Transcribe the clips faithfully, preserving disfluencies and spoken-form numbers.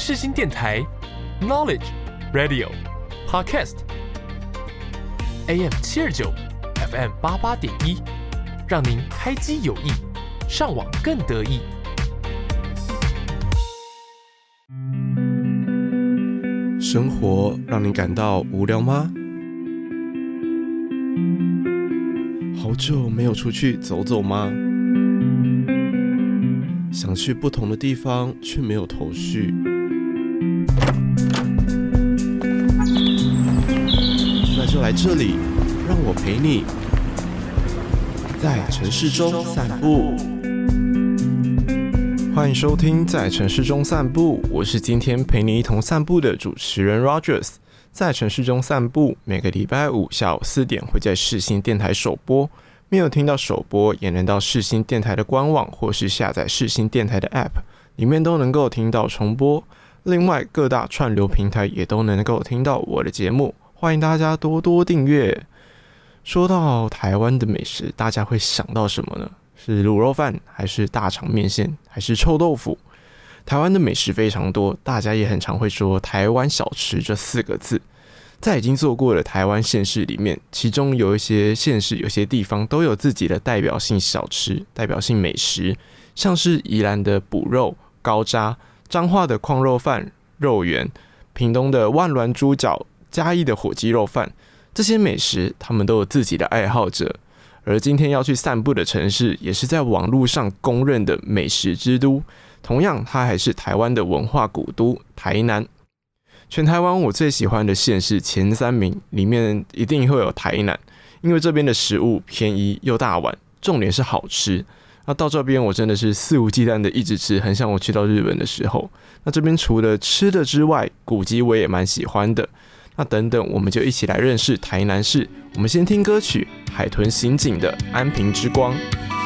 世新电台 Knowledge Radio Podcast A M 七二九 F M 八八点一，让您开机有益，上网更得意。 生活让你感到无聊吗？好久没有出去走走吗？想去不同的地方，却没有头绪。那就来这里，让我陪你，在城市中散步。欢迎收听《在城市中散步》，我是今天陪你一同散步的主持人 Rogers。在城市中散步，每个礼拜五下午四点会在世新电台首播。没有听到首播，也能到世新电台的官网或是下载世新电台的 App， 里面都能够听到重播。另外，各大串流平台也都能够听到我的节目，欢迎大家多多订阅。说到台湾的美食，大家会想到什么呢？是卤肉饭，还是大肠面线，还是臭豆腐？台湾的美食非常多，大家也很常会说台湾小吃这四个字。在已经做过的台湾县市里面，其中有一些县市、有些地方都有自己的代表性小吃、代表性美食，像是宜兰的补肉、高渣，彰化的矿肉饭、肉圆，屏东的万峦猪脚，嘉义的火鸡肉饭，这些美食他们都有自己的爱好者。而今天要去散步的城市，也是在网络上公认的美食之都，同样它还是台湾的文化古都台南。全台湾我最喜欢的县市前三名里面一定会有台南，因为这边的食物便宜又大碗，重点是好吃。那到这边我真的是肆无忌惮的一直吃，很像我去到日本的时候。那这边除了吃的之外，古迹我也蛮喜欢的。那等等，我们就一起来认识台南市。我们先听歌曲《海豚刑警》的《安平之光》。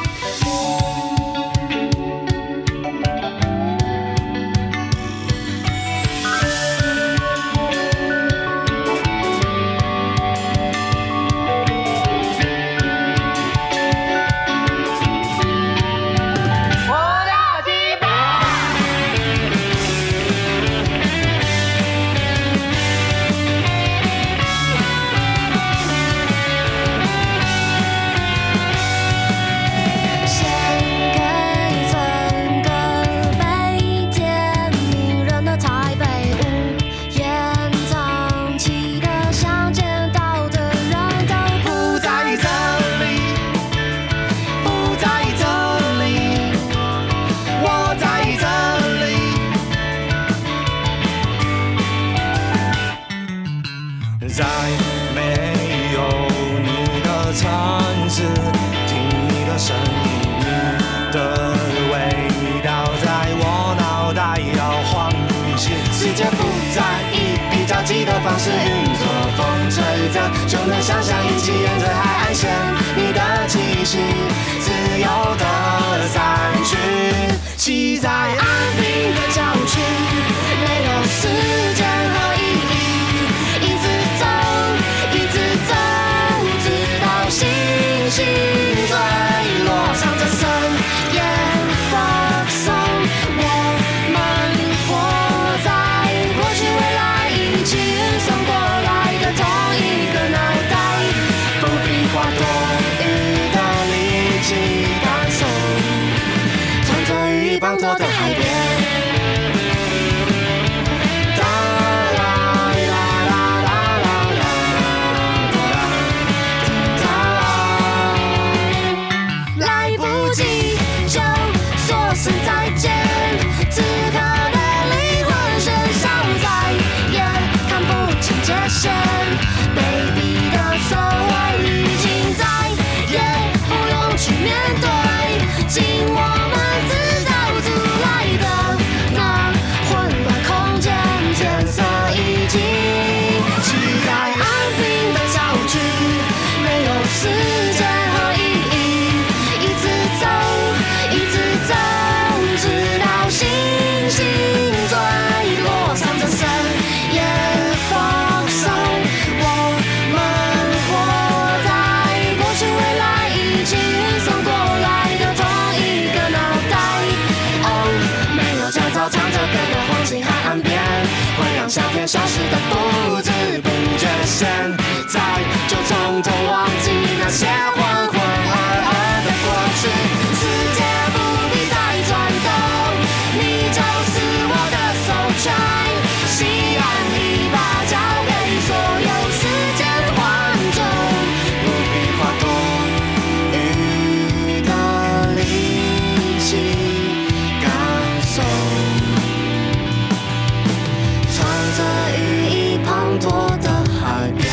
在没有你的城市，听你的声音，你的味道在我脑袋摇晃一些。世界不再以比较级的方式运作，风吹着就能想象一起沿着海岸线，你的气息自由的散去，骑在安平的郊区，没有时间和意义。星星坠落，唱着深夜放松，我们活在过去未来一起运送过来的同一个脑袋，不必花多余的力气感受，穿着雨衣滂沱的海边。唱着歌的黄金海岸边。 夏天消失的不知不觉，现在就统统忘记那些浑浑噩噩的过去。世界不必再转动，你就是我的手拳，西岸一把交给所有时间观众，不必花多余的力气感受，穿着羽翼滂沱的海边。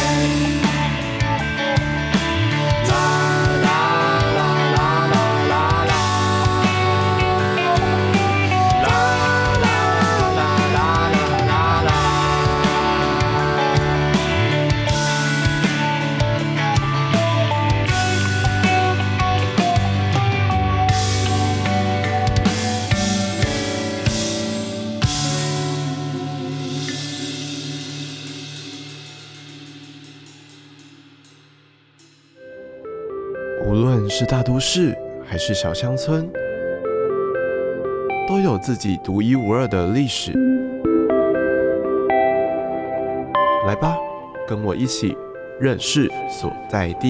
无论是大都市还是小乡村，都有自己独一无二的历史。来吧，跟我一起认识所在地。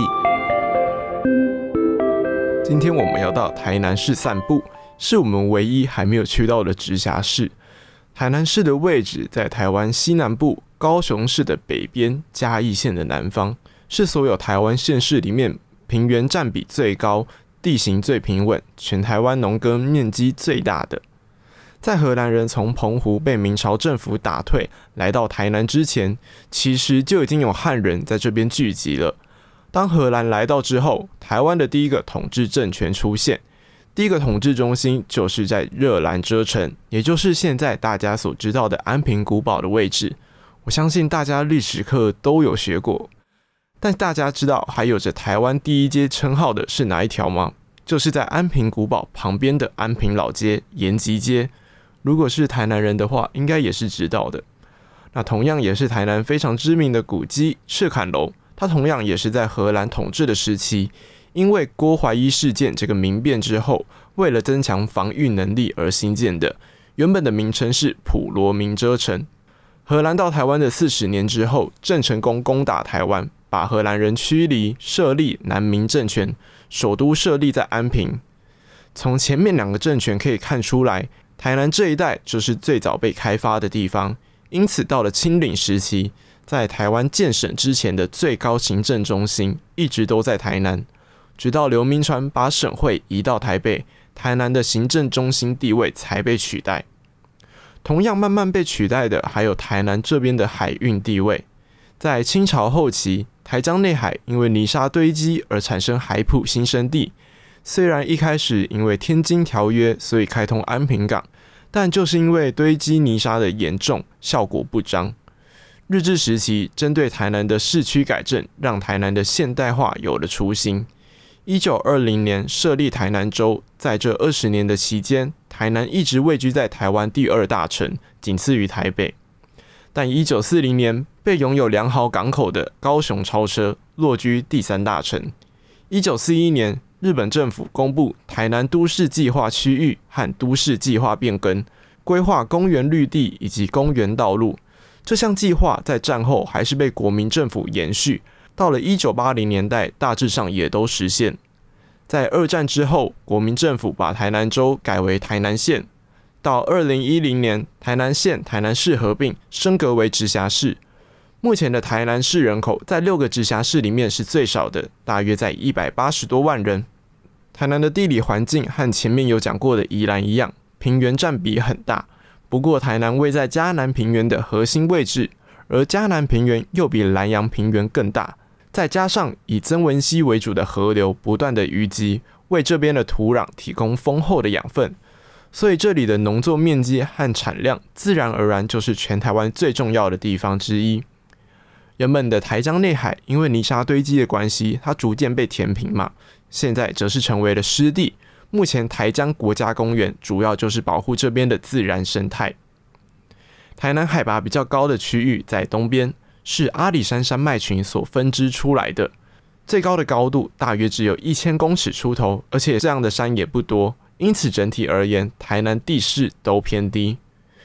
今天我们要到台南市散步，是我们唯一还没有去到的直辖市。台南市的位置在台湾西南部，高雄市的北边，嘉义县的南方，是所有台湾县市里面平原占比最高、地形最平稳、全台湾农耕面积最大的。在荷兰人从澎湖被明朝政府打退，来到台南之前，其实就已经有汉人在这边聚集了。当荷兰来到之后，台湾的第一个统治政权出现，第一个统治中心就是在热兰遮城，也就是现在大家所知道的安平古堡的位置。我相信大家历史课都有学过。但大家知道还有着台湾第一街称号的是哪一条吗？就是在安平古堡旁边的安平老街、延吉街。如果是台南人的话，应该也是知道的。那同样也是台南非常知名的古迹赤坎楼，它同样也是在荷兰统治的时期，因为郭怀一事件这个民变之后，为了增强防御能力而兴建的。原本的名称是普罗民遮城。荷兰到台湾的四十年之后，郑成功攻打台湾，把荷兰人驱离，设立南明政权，首都设立在安平。从前面两个政权可以看出来，台南这一带就是最早被开发的地方，因此到了清领时期，在台湾建省之前的最高行政中心一直都在台南，直到刘铭传把省会移到台北，台南的行政中心地位才被取代。同样慢慢被取代的还有台南这边的海运地位。在清朝后期，台江内海因为泥沙堆积而产生海埔新生地，虽然一开始因为天津条约所以开通安平港，但就是因为堆积泥沙的严重，效果不彰。日治时期针对台南的市区改正，让台南的现代化有了雏形。一九二零年设立台南州，在这二十年的期间，台南一直位居在台湾第二大城，仅次于台北。但一九四零年被拥有良好港口的高雄超车，落居第三大城。一九四一年，日本政府公布台南都市计划区域和都市计划变更，规划公园绿地以及公园道路。这项计划在战后还是被国民政府延续，到了一九八零年代大致上也都实现。在二战之后，国民政府把台南州改为台南县，到二零一零年，台南县、台南市合并，升格为直辖市。目前的台南市人口在六个直辖市里面是最少的，大约在一百八十多万人。台南的地理环境和前面有讲过的宜兰一样，平原占比很大。不过台南位在嘉南平原的核心位置，而嘉南平原又比兰阳平原更大，再加上以曾文溪为主的河流不断的淤积，为这边的土壤提供丰厚的养分，所以这里的农作面积和产量自然而然就是全台湾最重要的地方之一。原本的台江内海因为泥沙堆积的关系，它逐渐被填平嘛，现在则是成为了湿地。目前台江国家公园主要就是保护这边的自然生态。台南海拔比较高的区域在东边，是阿里山山脉群所分支出来的，最高的高度大约只有一千公尺出头，而且这样的山也不多，因此整体而言，台南地势都偏低。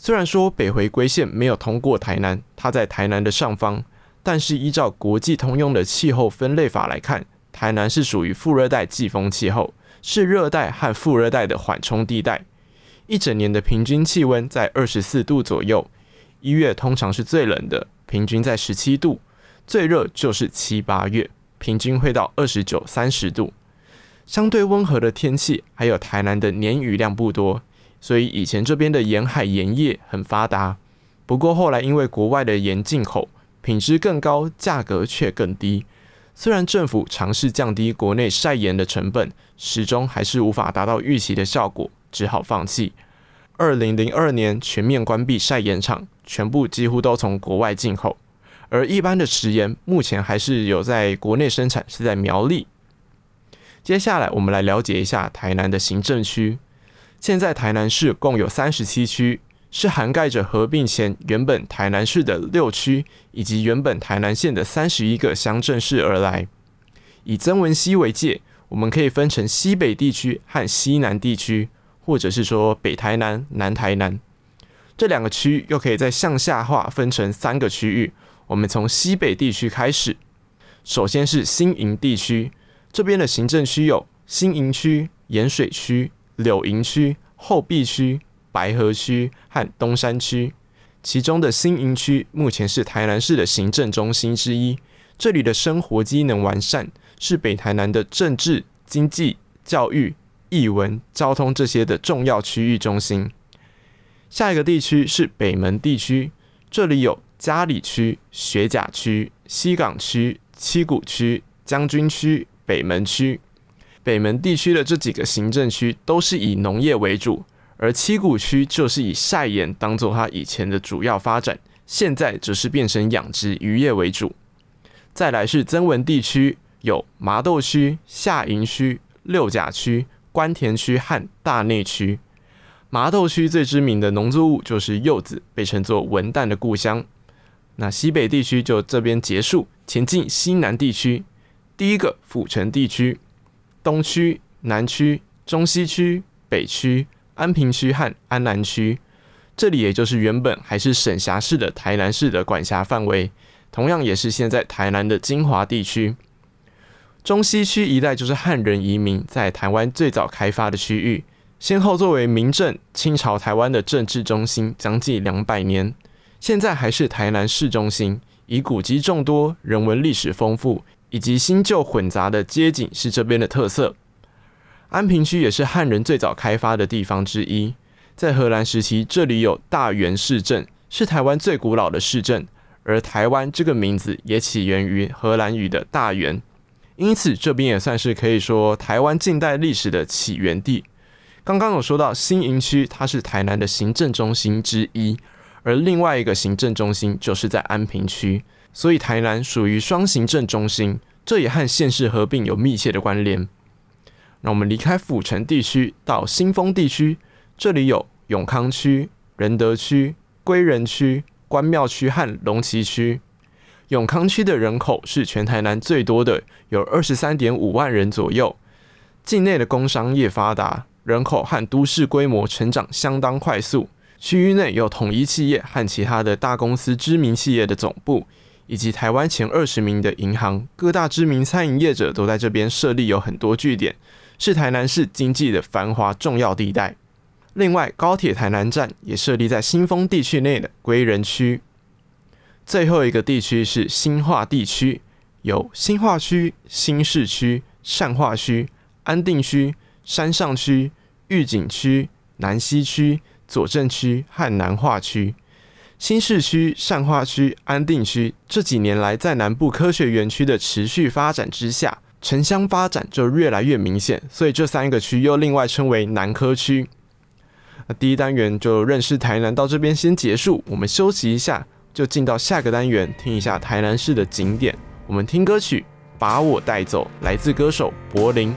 虽然说北回归线没有通过台南，它在台南的上方，但是依照国际通用的气候分类法来看，台南是属于副热带季风气候，是热带和副热带的缓冲地带。一整年的平均气温在二十四度左右，一月通常是最冷的，平均在十七度，最热就是七八月，平均会到二十九、三十度。相对温和的天气，还有台南的年雨量不多，所以以前这边的沿海盐业很发达。不过后来因为国外的盐进口，品质更高，价格却更低。虽然政府尝试降低国内晒盐的成本，始终还是无法达到预期的效果，只好放弃。二零零二年全面关闭晒盐厂，全部几乎都从国外进口。而一般的食盐目前还是有在国内生产，是在苗栗。接下来我们来了解一下台南的行政区。现在台南市共有三十七区，是涵盖着合并前原本台南市的六区，以及原本台南县的三十一个乡镇市而来。以曾文溪为界，我们可以分成西北地区和西南地区，或者是说北台南、南台南。这两个区域又可以再向下划分成三个区域。我们从西北地区开始，首先是新营地区，这边的行政区有新营区、盐水区、柳营区、后壁区、白河区和东山区。其中的新营区目前是台南市的行政中心之一，这里的生活机能完善，是北台南的政治、经济、教育、艺文、交通这些的重要区域中心。下一个地区是北门地区，这里有嘉里区、学甲区、西港区、七股区、将军区、北门区。北门地区的这几个行政区都是以农业为主，而七股区就是以晒盐当作它以前的主要发展，现在则是变成养殖渔业为主。再来是曾文地区，有麻豆区、下营区、六甲区、关田区和大内区。麻豆区最知名的农作物就是柚子，被称作文旦的故乡。那西北地区就这边结束，前进西南地区。第一个府城地区，东区、南区、中西区、北区、安平区和安南区，这里也就是原本还是省辖市的台南市的管辖范围，同样也是现在台南的精华地区。中西区一带就是汉人移民在台湾最早开发的区域，先后作为民政、清朝台湾的政治中心将近两百年，现在还是台南市中心，以古迹众多、人文历史丰富以及新旧混杂的街景是这边的特色。安平区也是汉人最早开发的地方之一，在荷兰时期，这里有大园市镇，是台湾最古老的市镇，而台湾这个名字也起源于荷兰语的大园，因此这边也算是可以说台湾近代历史的起源地。刚刚有说到新营区，它是台南的行政中心之一，而另外一个行政中心就是在安平区，所以台南属于双行政中心，这也和县市合并有密切的关联。那我们离开府城地区到新丰地区，这里有永康区、仁德区、归仁区、关庙区和龙崎区。永康区的人口是全台南最多的，有 二十三点五万人左右。境内的工商业发达，人口和都市规模成长相当快速。区域内有统一企业和其他的大公司知名企业的总部，以及台湾前二十名的银行，各大知名餐饮业者都在这边设立有很多据点，是台南市经济的繁华重要地带。另外，高铁台南站也设立在新丰地区内的归仁区。最后一个地区是新化地区，有新化区、新市区、善化区、安定区、山上区、玉井区、南西区、左镇区和南化区。新市区、善化区、安定区这几年来在南部科学园区的持续发展之下，城乡发展就越来越明显，所以这三个区又另外称为南科区。那第一单元就认识台南到这边先结束，我们休息一下，就进到下个单元，听一下台南市的景点。我们听歌曲《把我带走》，来自歌手柏林。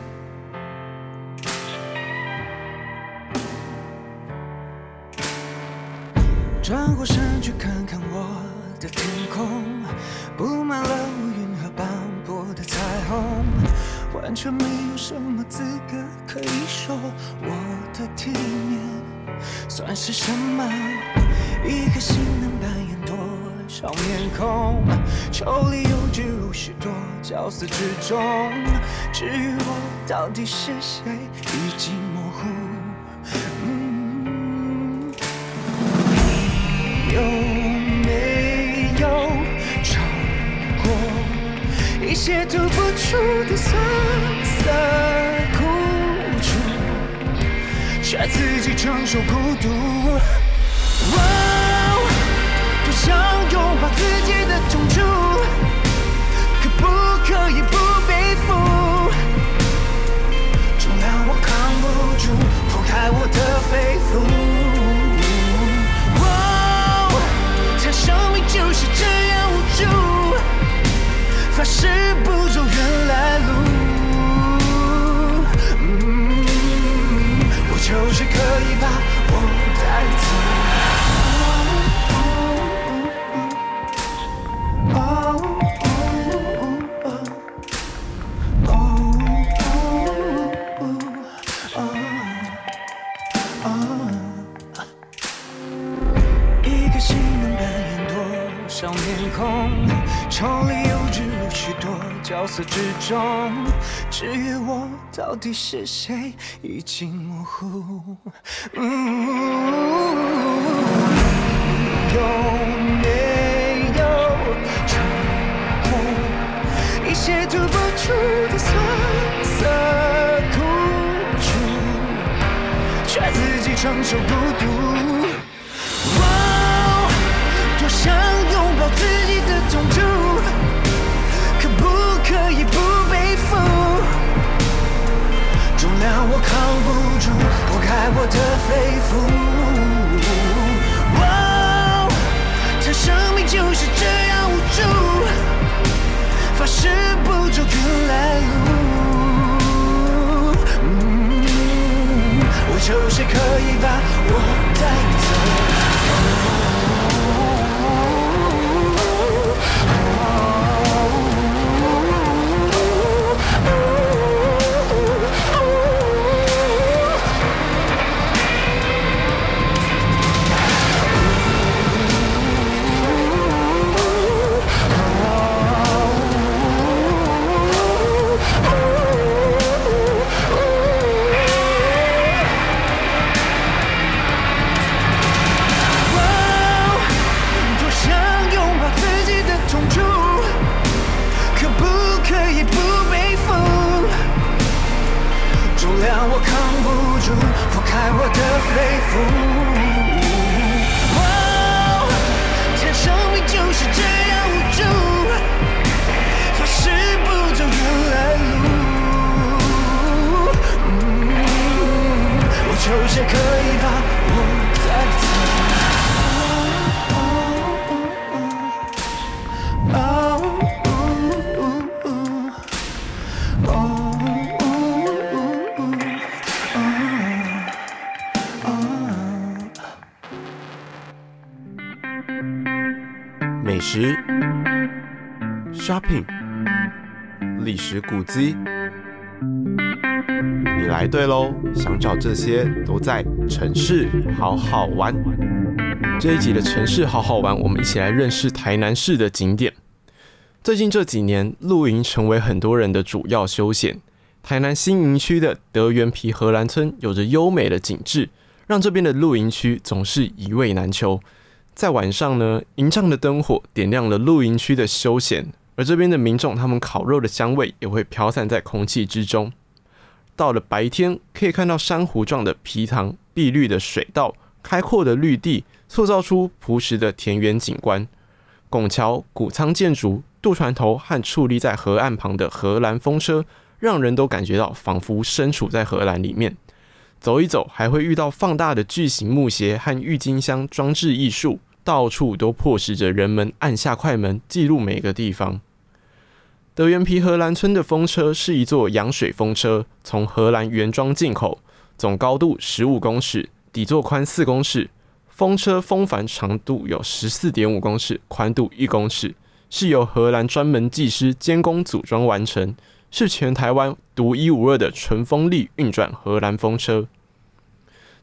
转过身去看看我的天空，布满了乌云和斑驳的彩虹，完全没有什么资格可以说我的体面算是什么。 少面孔，抽离又置入许多角色之中，至于我到底是谁已经模糊。嗯，有没有尝过一些吐不出的酸涩苦楚，却自己承受孤独。哦，多想拥抱自己的痛楚，可不可以不背负？重量我扛不住，剖开我的肺腑。哦，谈生命就是这样无助，发誓不走原来路。嗯，我就是可以把我带走。抽离又置入许多角色之中，至于我到底是谁已经模糊。嗯，有没有尝过一些吐不出的酸涩苦楚，却自己承受孤独。哦，多想拥抱自己的痛楚，可不可以不背负？重量我扛不住，剖开我的肺腑。哦，谈生命就是这样无助，发誓不走原来路。嗯，我就是可以把我带走。我扛不住，剖开我的肺腑。哦，谈生命就是这样无助，发誓不走原来路。嗯，我就是可以把我带走。 美食、shopping、历史古迹，你来对喽！想找这些都在城市好好玩。这一集的城市好好玩，我们一起来认识台南市的景点。最近这几年，露营成为很多人的主要休闲。台南新营区的德元皮荷兰村有着优美的景致，让这边的露营区总是一味难求。在晚上呢，营帐的灯火点亮了露营区的休闲，而这边的民众他们烤肉的香味也会飘散在空气之中。到了白天，可以看到珊瑚状的皮塘、碧绿的水道、开阔的绿地，塑造出朴实的田园景观。拱桥、谷仓建筑、渡船头和矗立在河岸旁的荷兰风车，让人都感觉到仿佛身处在荷兰里面。走一走，还会遇到放大的巨型木鞋和郁金香装置艺术，到处都迫使着人们按下快门，记录每个地方。德元皮荷兰村的风车是一座洋水风车，从荷兰原装进口，总高度十五公尺，底座宽四公尺。风车风帆长度有 十四点五公尺，宽度一公尺，是由荷兰专门技师监工组装完成，是全台湾独一无二的纯风力运转荷兰风车。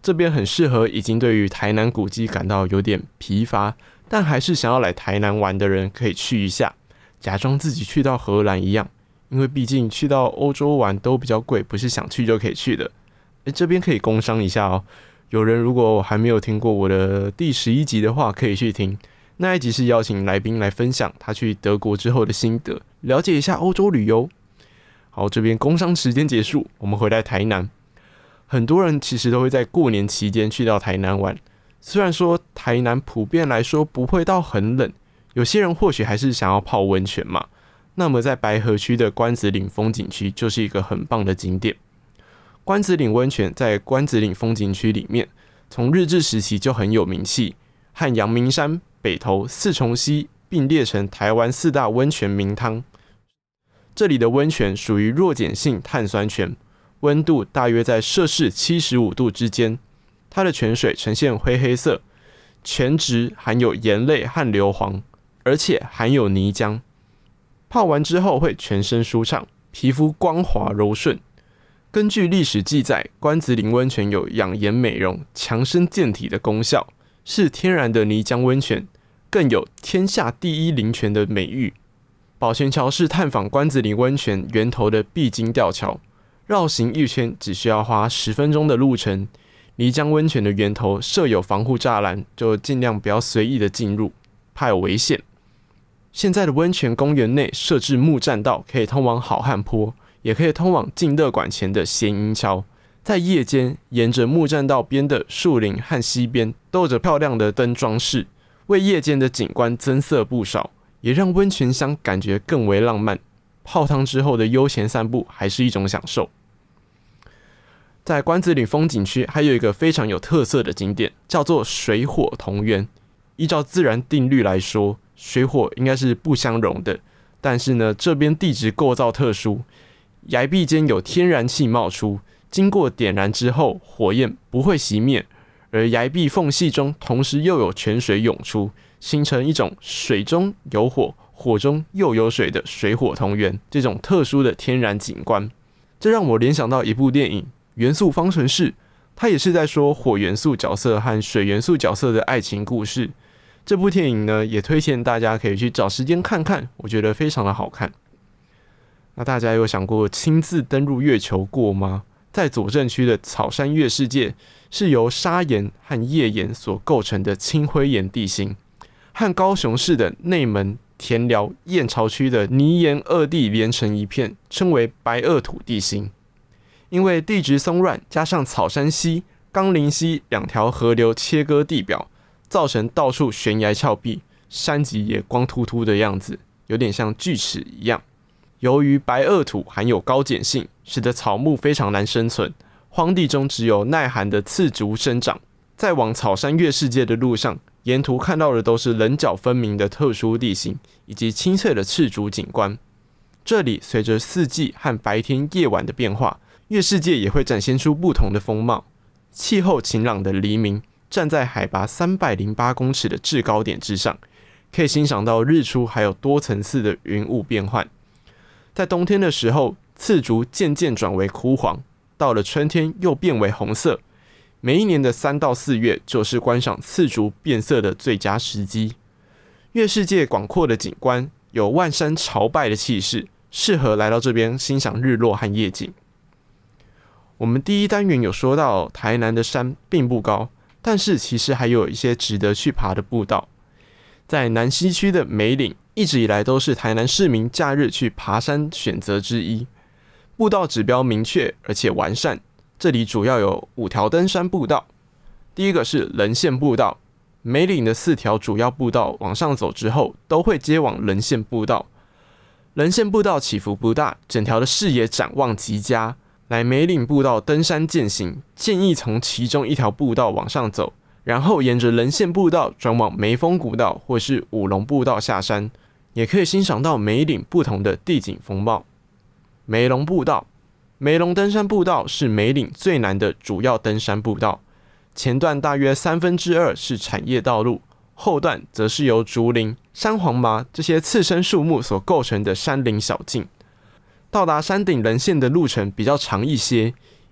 这边很适合已经对于台南古迹感到有点疲乏，但还是想要来台南玩的人可以去一下，假装自己去到荷兰一样，因为毕竟去到欧洲玩都比较贵，不是想去就可以去的。诶，这边可以工商一下哦，有人如果还没有听过我的第十一集的话，可以去听。那一集是邀请来宾来分享他去德国之后的心得，了解一下欧洲旅游。好，这边工商时间结束，我们回来台南。很多人其实都会在过年期间去到台南玩，虽然说台南普遍来说不会到很冷，有些人或许还是想要泡温泉嘛。那么在白河区的关子岭风景区就是一个很棒的景点。关子岭温泉在关子岭风景区里面，从日治时期就很有名气，和阳明山、北投、四重溪并列成台湾四大温泉名汤。这里的温泉属于弱碱性碳酸泉，温度大约在摄氏七十五度之间，它的泉水呈现灰黑色，泉质含有盐类和硫磺，而且含有泥浆。泡完之后会全身舒畅，皮肤光滑柔顺。根据历史记载，关子岭温泉有养颜美容、强身健体的功效，是天然的泥浆温泉，更有天下第一灵泉的美誉。宝泉桥是探访关子岭温泉源头的必经吊桥，绕行一圈只需要花十分钟的路程。泥浆温泉的源头设有防护栅栏，就尽量不要随意的进入，怕有危险。现在的温泉公园内设置木栈道，可以通往好汉坡，也可以通往净乐馆前的咸银桥。在夜间，沿着木栈道边的树林和溪边都有着漂亮的灯装饰，为夜间的景观增色不少，也让温泉乡感觉更为浪漫。泡汤之后的悠闲散步还是一种享受。在关子岭风景区还有一个非常有特色的景点，叫做水火同源。依照自然定律来说，水火应该是不相容的，但是呢，这边地质构造特殊，崖壁间有天然气冒出，经过点燃之后，火焰不会熄灭，而崖壁缝隙中同时又有泉水涌出，形成一种水中有火，火中又有水的水火同源，这种特殊的天然景观。这让我联想到一部电影《元素方程式》，它也是在说火元素角色和水元素角色的爱情故事。这部电影呢，也推荐大家可以去找时间看看，我觉得非常的好看。那大家有想过亲自登入月球过吗？在左镇区的草山月世界是由砂岩和页岩所构成的青灰岩地形，和高雄市的内门、田寮、燕巢区的泥岩二地连成一片，称为白垩土地形。因为地质松软，加上草山溪、冈林溪两条河流切割地表，造成到处悬崖峭壁，山脊也光秃秃的样子，有点像锯齿一样。由于白垩土含有高碱性，使得草木非常难生存，荒地中只有耐寒的刺竹生长。在往草山月世界的路上，沿途看到的都是棱角分明的特殊地形，以及清脆的赤竹景观。这里随着四季和白天夜晚的变化，月世界也会展现出不同的风貌。气候晴朗的黎明，站在海拔三百零八公尺的制高点之上，可以欣赏到日出还有多层次的云雾变换。在冬天的时候，刺竹渐渐转为枯黄，到了春天又变为红色。每一年的三到四月就是观赏刺竹变色的最佳时机。月世界广阔的景观有万山朝拜的气势，适合来到这边欣赏日落和夜景。我们第一单元有说到，台南的山并不高，但是其实还有一些值得去爬的步道。在南西区的梅岭，一直以来都是台南市民假日去爬山选择之一。步道指标明确而且完善，这里主要有五条登山步道。第一个是人线步道，梅岭的四条主要步道往上走之后，都会接往人线步道。人线步道起伏不大，整条的视野展望极佳。来梅岭步道登山健行，建议从其中一条步道往上走，然后沿着人线步道转往梅峰古道或是五龙步道下山，也可以欣赏到梅岭不同的地景风貌。梅龙步道，梅龙登山步道是梅岭最难的主要登山步道，前段大约三分之二是产业道路，后段则是由竹林、山黄麻这些次生树木所构成的山林小径。到达山顶人线的路程比较长一些，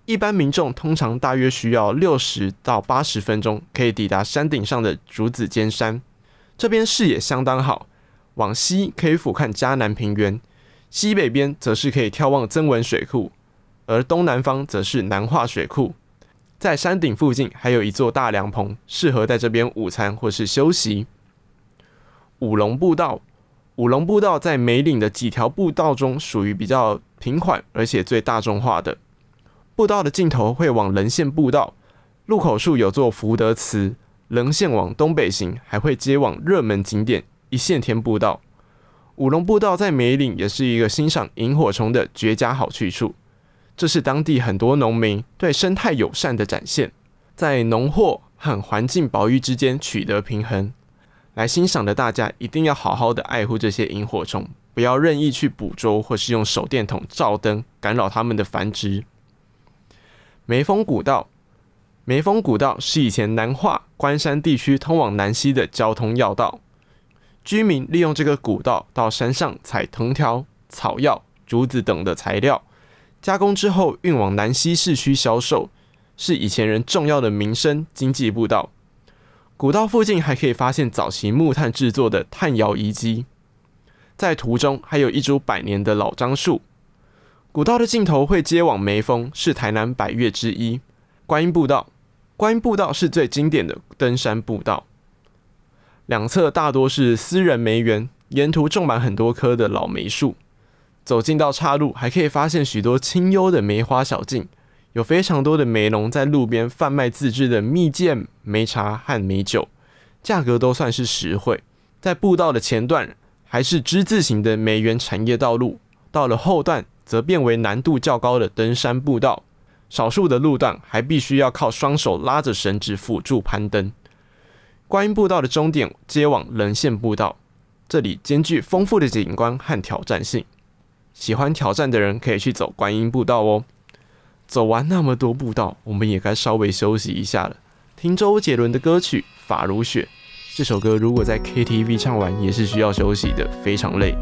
一般民众通常大约需要六十到八十分钟，可以抵达山顶上的竹子尖山。这边视野相当好，往西可以俯瞰嘉南平原，西北边则是可以眺望曾文水库，而东南方则是南化水库。在山顶附近还有一座大凉棚，适合在这边午餐或是休息。五龙步道，五龙步道在梅岭的几条步道中属于比较平缓而且最大众化的。步道的尽头会往棱线步道，路口处有座福德祠，棱线往东北行还会接往热门景点一线天步道。五龙步道在梅岭也是一个欣赏萤火虫的绝佳好去处，这是当地很多农民对生态友善的展现，在农获和环境保育之间取得平衡。来欣赏的大家一定要好好的爱护这些萤火虫，不要任意去捕捉或是用手电筒照灯干扰它们的繁殖。梅峰古道，梅峰古道是以前南化关山地区通往南溪的交通要道，居民利用这个古道到山上采藤条、草药、竹子等的材料，加工之后运往南溪市区销售，是以前人重要的民生经济步道。古道附近还可以发现早期木炭制作的炭窑遗迹，在途中还有一株百年的老樟树。古道的尽头会接往梅峰，是台南百岳之一。观音步道，观音步道是最经典的登山步道，两侧大多是私人梅园，沿途种满很多棵的老梅树。走进到岔路，还可以发现许多清幽的梅花小径，有非常多的梅农在路边贩卖自制的蜜饯、梅茶和梅酒，价格都算是实惠。在步道的前段还是之字形的梅园产业道路，到了后段则变为难度较高的登山步道，少数的路段还必须要靠双手拉着绳子辅助攀登。观音步道的终点接往棱线步道，这里兼具丰富的景观和挑战性，喜欢挑战的人可以去走观音步道哦。走完那么多步道，我们也该稍微休息一下了。听周杰伦的歌曲《法如雪》，这首歌如果在 K T V 唱完也是需要休息的，非常累。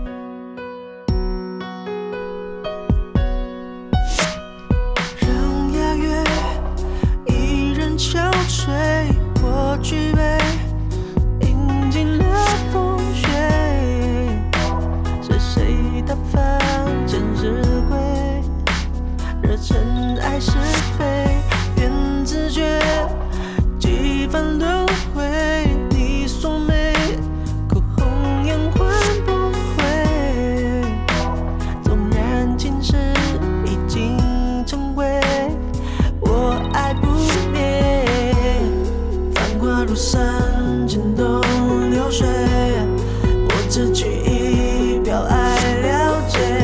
让雅乐一人憔悴，我举杯饮尽了风雪。是谁打翻见日归？惹尘埃是非，愿自觉几番轮回。你锁眉，口红颜换不回。纵然今世已经成规，我爱不灭。繁华如山，渐动流水。我只取一瓢爱了解。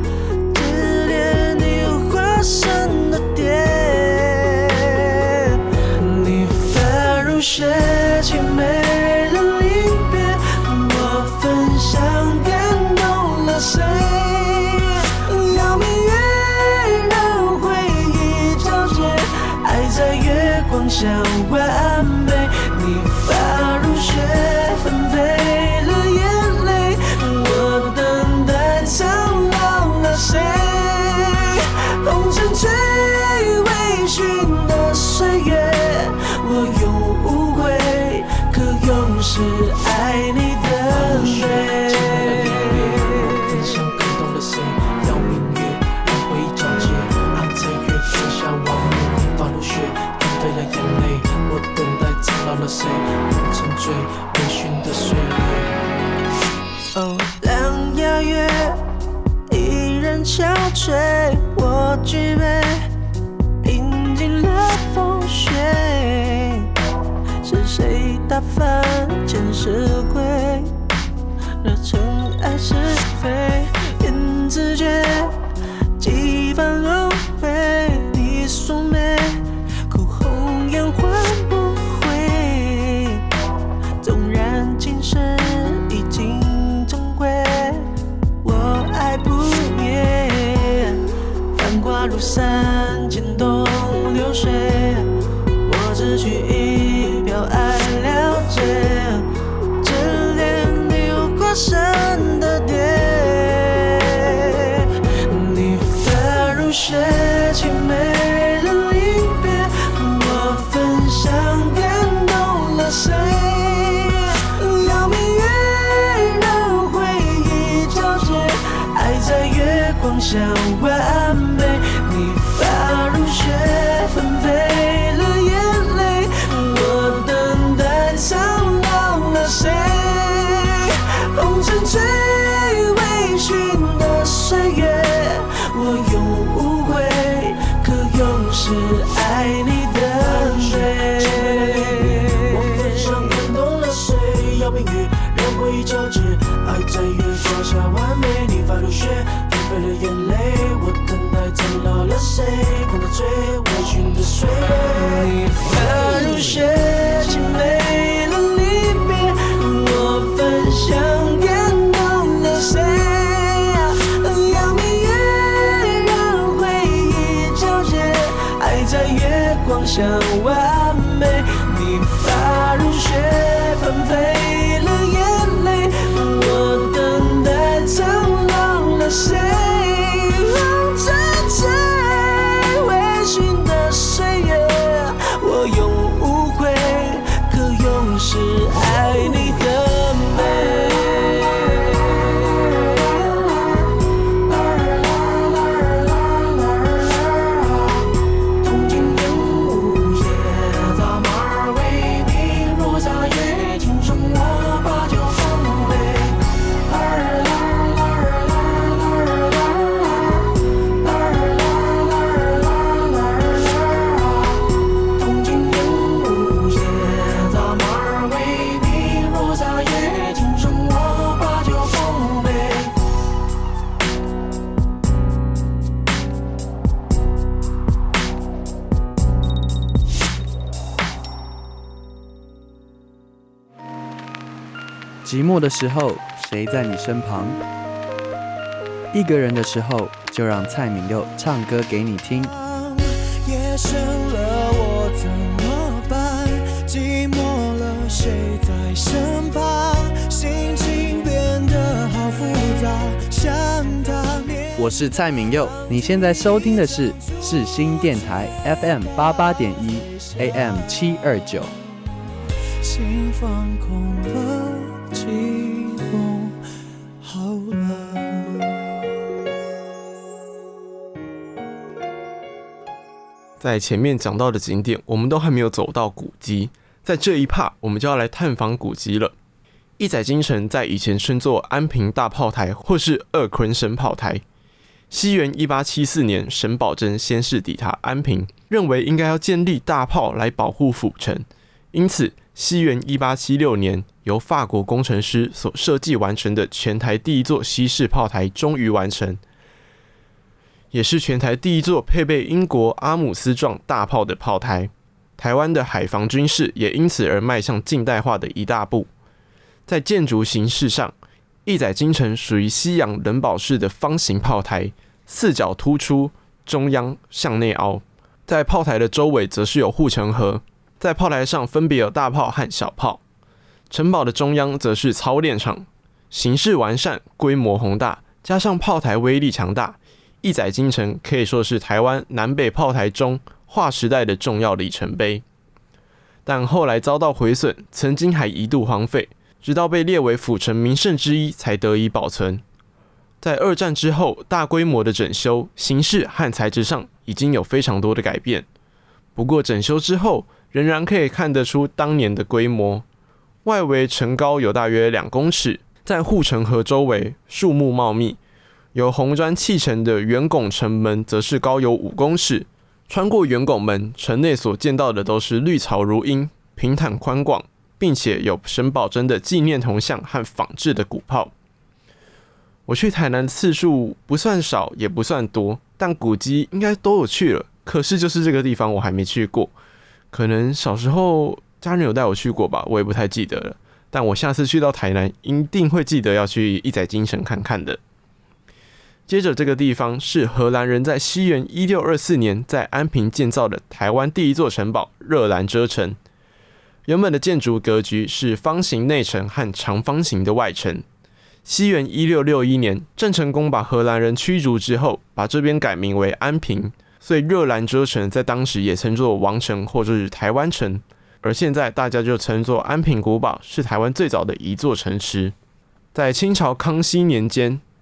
深的蝶，你发如雪，凄美了离别。我分享感动了谁？邀明月，让回忆交接，爱在月光下完美。你发如雪，纷飞了眼泪。我等待苍老了谁？红尘醉微醺的岁月，我永无悔，可永是爱你的美。分享感动了谁？邀明月，让回忆交接，爱在月光下完美。发如雪，纷飞了眼泪。我等待苍老了谁？红尘醉微醺的岁月。哦，两雅乐。一人憔悴，我举杯饮尽了风雪。是谁打翻前世归？惹尘埃是非，愿自觉几番轮回。你锁眉，口红颜换不回。纵然今世已经成规，我爱不灭。繁华如山，渐动流水。我只取一瓢爱了解，只恋你有过深的蝶。你发如雪，凄美了向完美。你发如雪，纷飞了眼泪，我等待苍老了谁？红尘醉微醺的岁月，我永无悔，可永是爱你的美。我分享感动了谁？要冰雨让回忆交织，爱在月光下完美。你发如雪，纷飞了眼泪，我等待苍老了谁？红的醉微醺的岁月，你发如雪，凄美了离别，我分享感动了谁？要明月让回忆交织，爱在月光下完美。你发如雪，纷飞了眼泪，我等待苍老了谁？红尘醉微醺的岁月，我永无悔，可永是爱你的美。东京烟雾夜，大马儿为你落下夜，今生我把酒奉陪。东京烟雾夜，大马儿为你落下夜，今生我把酒奉陪。 寂寞的时候，谁在你身旁？一个人的时候，就让蔡旻佑唱歌给你听。 夜深了我怎么办？寂寞了谁在身旁？心情变得好复杂，想当年。 我是蔡旻佑，你现在收听的是世新电台 F M 八八点一 A M 七二九。 心放空了，寂寞好了。 在前面讲到的景点，我们都还没有走到古迹，在这一趴，我们就要来探访古迹了。义载金城在以前称作安平大炮台或是二坤神炮台。西元一八七四年，沈葆桢先是抵达安平，认为应该要建立大炮来保护府城，因此西元一八七六年，由法国工程师所设计完成的全台第一座西式炮台终于完成，也是全台第一座配备英国阿姆斯壮大炮的炮台。台湾的海防军事也因此而迈向近代化的一大步。在建筑形式上，义载金城属于西洋人保式的方形炮台，四角突出，中央向内凹。在炮台的周围则是有护城河，在炮台上分别有大炮和小炮。城堡的中央则是操练场，形式完善，规模宏大，加上炮台威力强大，义载金城可以说是台湾南北炮台中划时代的重要里程碑。但后来遭到毁损，曾经还一度荒废，直到被列为府城名胜之一才得以保存。在二战之后大规模的整修，形式和材质上已经有非常多的改变，不过整修之后仍然可以看得出当年的规模。外围城高有大约两公尺，在护城河周围树木茂密，由红砖砌成的圆拱城门则是高有五公尺。穿过圆拱门，城内所见到的都是绿草如茵，平坦宽广，并且有沈葆桢的纪念铜像和仿制的鼓炮。我去台南的次数不算少，也不算多，但古迹应该都有去了。可是就是这个地方我还没去过，可能小时候家人有带我去过吧，我也不太记得了。但我下次去到台南，一定会记得要去义载金城看看的。接着这个地方是荷兰人在西元一六二四年在安平建造的台湾第一座城堡热兰遮城。原本的建筑格局是方形内城和长方形的外城。西元一六六一年，郑成功把荷兰人驱逐之后，把这边改名为安平，所以热兰遮城在当时也称作王城或者是台湾城，而现在大家就称作安平古堡，是台湾最早的一座城池。在清朝康熙年间，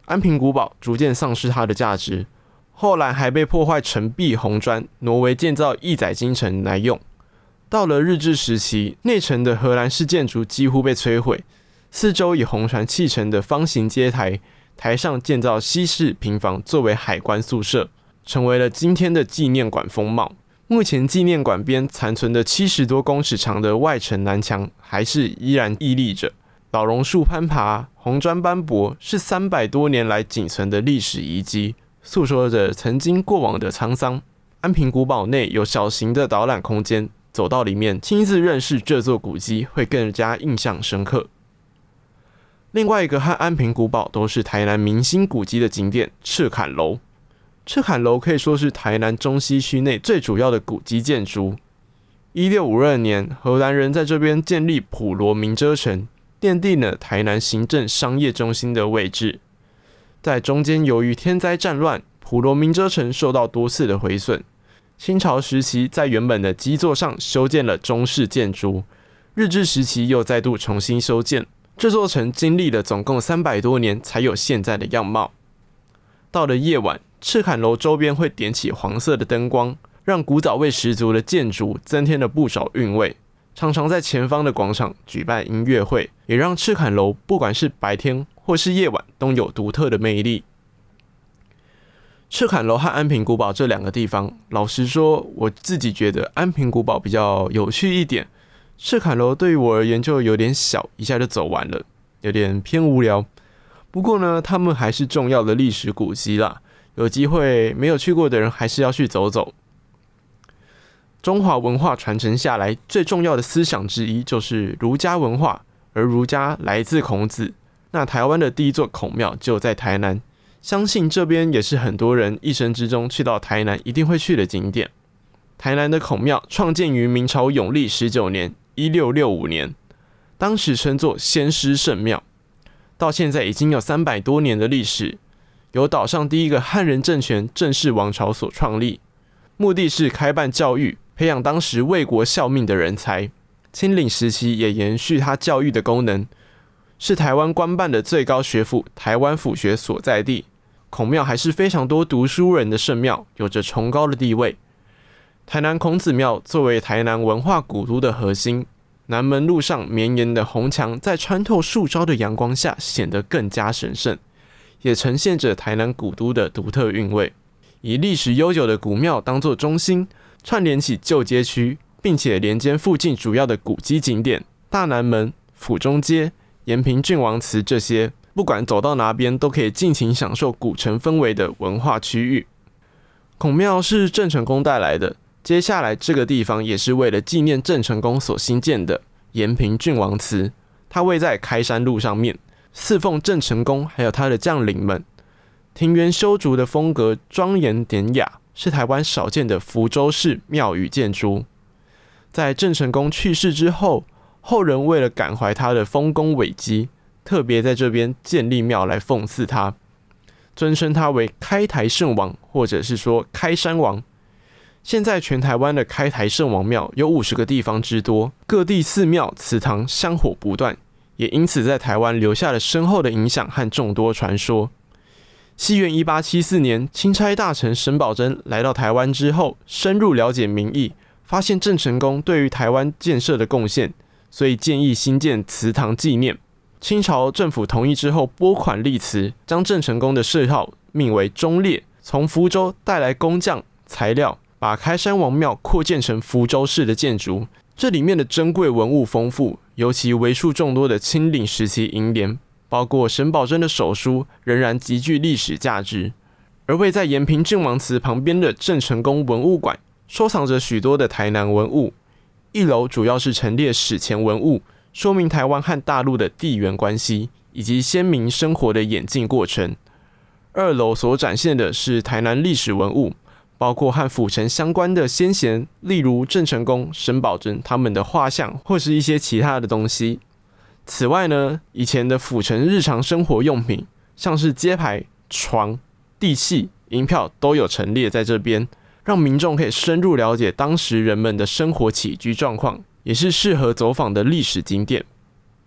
安平古堡逐渐丧失它的价值，后来还被破坏成壁红砖挪为建造义载京城来用。到了日治时期，内城的荷兰式建筑几乎被摧毁，四周以红船砌成的方形阶台，台上建造西式平房作为海关宿舍，成为了今天的纪念馆风貌。目前纪念馆边残存的七十多公尺长的外城南墙还是依然屹立着，老榕树攀爬，红砖斑驳，是三百多年来仅存的历史遗迹，诉说着曾经过往的沧桑。安平古堡内有小型的导览空间，走到里面亲自认识这座古迹会更加印象深刻。另外一个和安平古堡都是台南明星古迹的景点赤坎楼。赤坎楼可以说是台南中西区内最主要的古迹建筑。一六五二年，荷兰人在这边建立普罗民遮城，奠定了台南行政商业中心的位置。在中间由于天灾战乱，普罗民遮城受到多次的毁损。清朝时期在原本的基座上修建了中式建筑，日治时期又再度重新修建。这座城经历了总共三百多年才有现在的样貌。到了夜晚，赤坎楼周边会点起黄色的灯光，让古早味十足的建筑增添了不少韵味。常常在前方的广场举办音乐会，也让赤坎楼不管是白天或是夜晚都有独特的魅力。赤坎楼和安平古堡这两个地方，老实说，我自己觉得安平古堡比较有趣一点，赤坎楼对于我而言就有点小，一下就走完了，有点偏无聊。不过呢，他们还是重要的历史古迹啦，有机会没有去过的人还是要去走走。中华文化传承下来最重要的思想之一就是儒家文化，而儒家来自孔子。那台湾的第一座孔庙就在台南，相信这边也是很多人一生之中去到台南一定会去的景点。台南的孔庙创建于明朝永历十九年一六六五年，当时称作先师圣庙，到现在已经有三百多年的历史，由岛上第一个汉人政权郑氏王朝所创立，目的是开办教育，培养当时为国效命的人才。清领时期也延续它教育的功能，是台湾官办的最高学府台湾府学所在地。孔庙还是非常多读书人的圣庙，有着崇高的地位。台南孔子庙作为台南文化古都的核心，南门路上绵延的红墙在穿透数朝的阳光下显得更加神圣，也呈现着台南古都的独特韵味。以历史悠久的古庙当作中心，串联起旧街区，并且连接附近主要的古迹景点大南门、府中街、延平郡王祠这些，不管走到哪边都可以尽情享受古城氛围的文化区域。孔庙是郑成功带来的，接下来这个地方也是为了纪念郑成功所兴建的延平郡王祠，它位在开山路上面，侍奉郑成功还有他的将领们。庭园修筑的风格庄严典雅，是台湾少见的福州式庙宇建筑。在郑成功去世之后，后人为了感怀他的丰功伟绩，特别在这边建立庙来奉祀他，尊称他为开台圣王，或者是说开山王。现在全台湾的开台圣王庙有五十个地方之多，各地寺庙祠堂香火不断，也因此在台湾留下了深厚的影响和众多传说。西元一八七四年，钦差大臣沈葆桢来到台湾之后，深入了解民意，发现郑成功对于台湾建设的贡献，所以建议兴建祠堂纪念。清朝政府同意之后，拨款立祠，将郑成功的谥号命为忠烈，从福州带来工匠材料，把开山王庙扩建成福州式的建筑。这里面的珍贵文物丰富，尤其为数众多的清领时期楹联，包括沈葆桢的手书，仍然极具历史价值。而位在延平郡王祠旁边的郑成功文物馆，收藏着许多的台南文物。一楼主要是陈列史前文物，说明台湾和大陆的地缘关系以及先民生活的演进过程。二楼所展现的是台南历史文物，包括和府城相关的先贤，例如郑成功、沈葆桢他们的画像，或是一些其他的东西。此外呢，以前的府城日常生活用品，像是街牌、床、地契、银票都有陈列在这边，让民众可以深入了解当时人们的生活起居状况，也是适合走访的历史景点。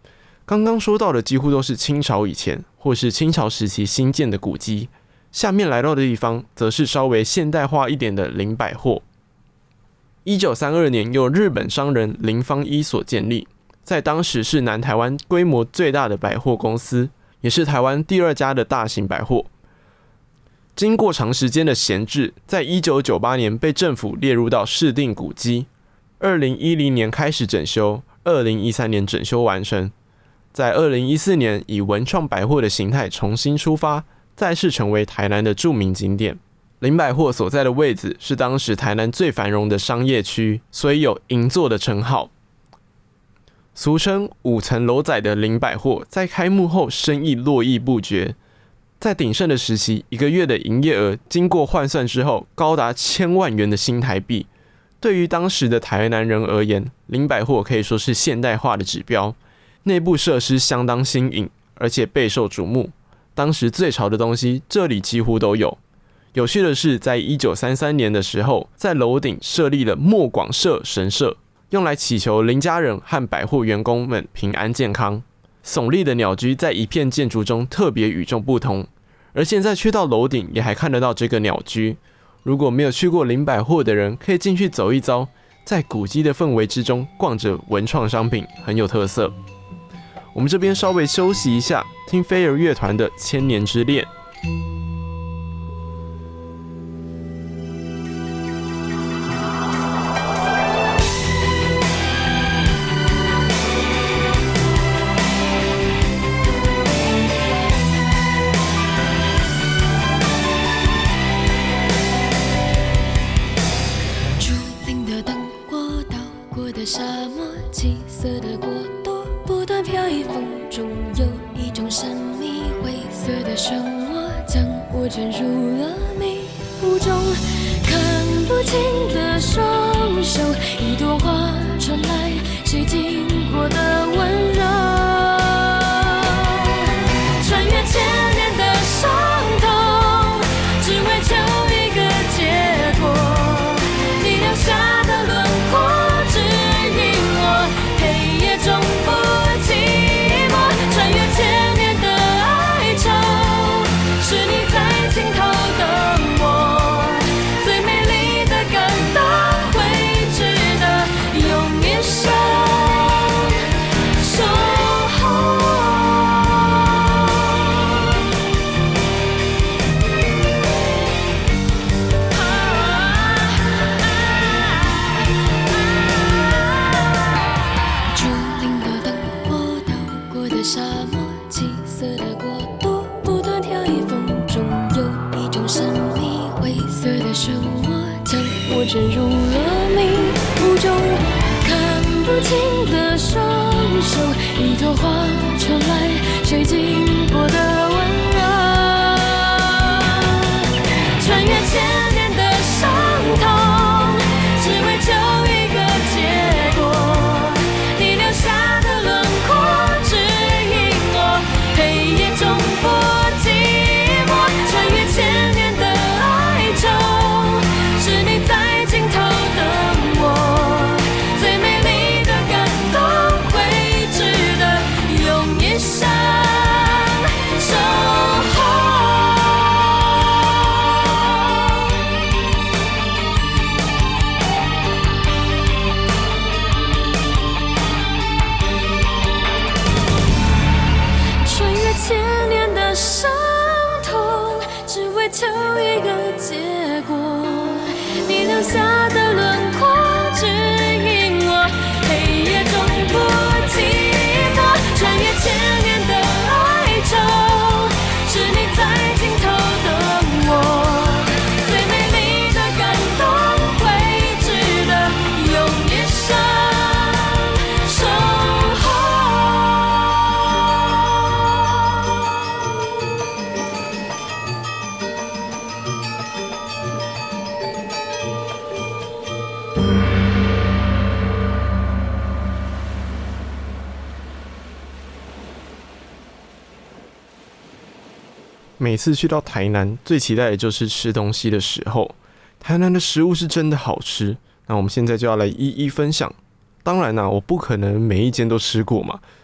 刚刚说到的几乎都是清朝以前或是清朝时期新建的古迹，下面来到的地方则是稍微现代化一点的林百货。一九三二年由日本商人林芳一所建立，在当时是南台湾规模最大的百货公司，也是台湾第二家的大型百货。经过长时间的闲置，在一九九八年被政府列入到市定古迹，二零一零年开始整修，二零一三年整修完成，在二零一四年以文创百货的形态重新出发，再次成为台南的著名景点。林百货所在的位置是当时台南最繁荣的商业区，所以有银座的称号。俗称五层楼仔的林百货，在开幕后生意络绎不绝。在鼎盛的时期，一个月的营业额经过换算之后，高达千万元的新台币。对于当时的台南人而言，林百货可以说是现代化的指标。内部设施相当新颖，而且备受瞩目。当时最潮的东西，这里几乎都有。有趣的是，在一九三三年的时候，在楼顶设立了莫广社神社，用来祈求林家人和百货员工们平安健康。耸立的鸟居在一片建筑中特别与众不同，而现在去到楼顶也还看得到这个鸟居。如果没有去过林百货的人，可以进去走一遭，在古迹的氛围之中逛着文创商品，很有特色。我们这边稍微休息一下，听飞儿乐团的《千年之恋》。 沙漠，七色的国度，不断飘逸，风中有一种神秘，灰色的漩涡将我卷入了迷雾中，看不清的双手，一朵花传来谁经过的温柔，穿越千年的伤痛，只为求一个结果，你留下的轮廓中不寂寞，穿越千年的哀愁，是你在尽头等我，最美丽的感动会值得用一生守候。沙漠，七色的国度，不断飘逸，风中有一种神秘，灰色的漩涡将我卷入了迷雾中，看不清的双手，一朵花传来谁经过的温柔，穿越千年的伤痛，只为求一个结果，你留下的轮廓黑夜中不寂寞，穿越千年的哀愁，是你在尽头等我，最美丽的感动会值得用一生守候。千年的伤痛，只为求一个结果，你留下的轮廓指引我，黑夜中不寂寞，穿越千年的哀愁，是你在尽头等我，最美丽的感动会值得用一生守候。 每次去到台南，最期待的就是吃东西的时候。台南的食物是真的好吃，那我们现在就要来一一分享。当然啦、啊，我不可能每一间都吃过嘛，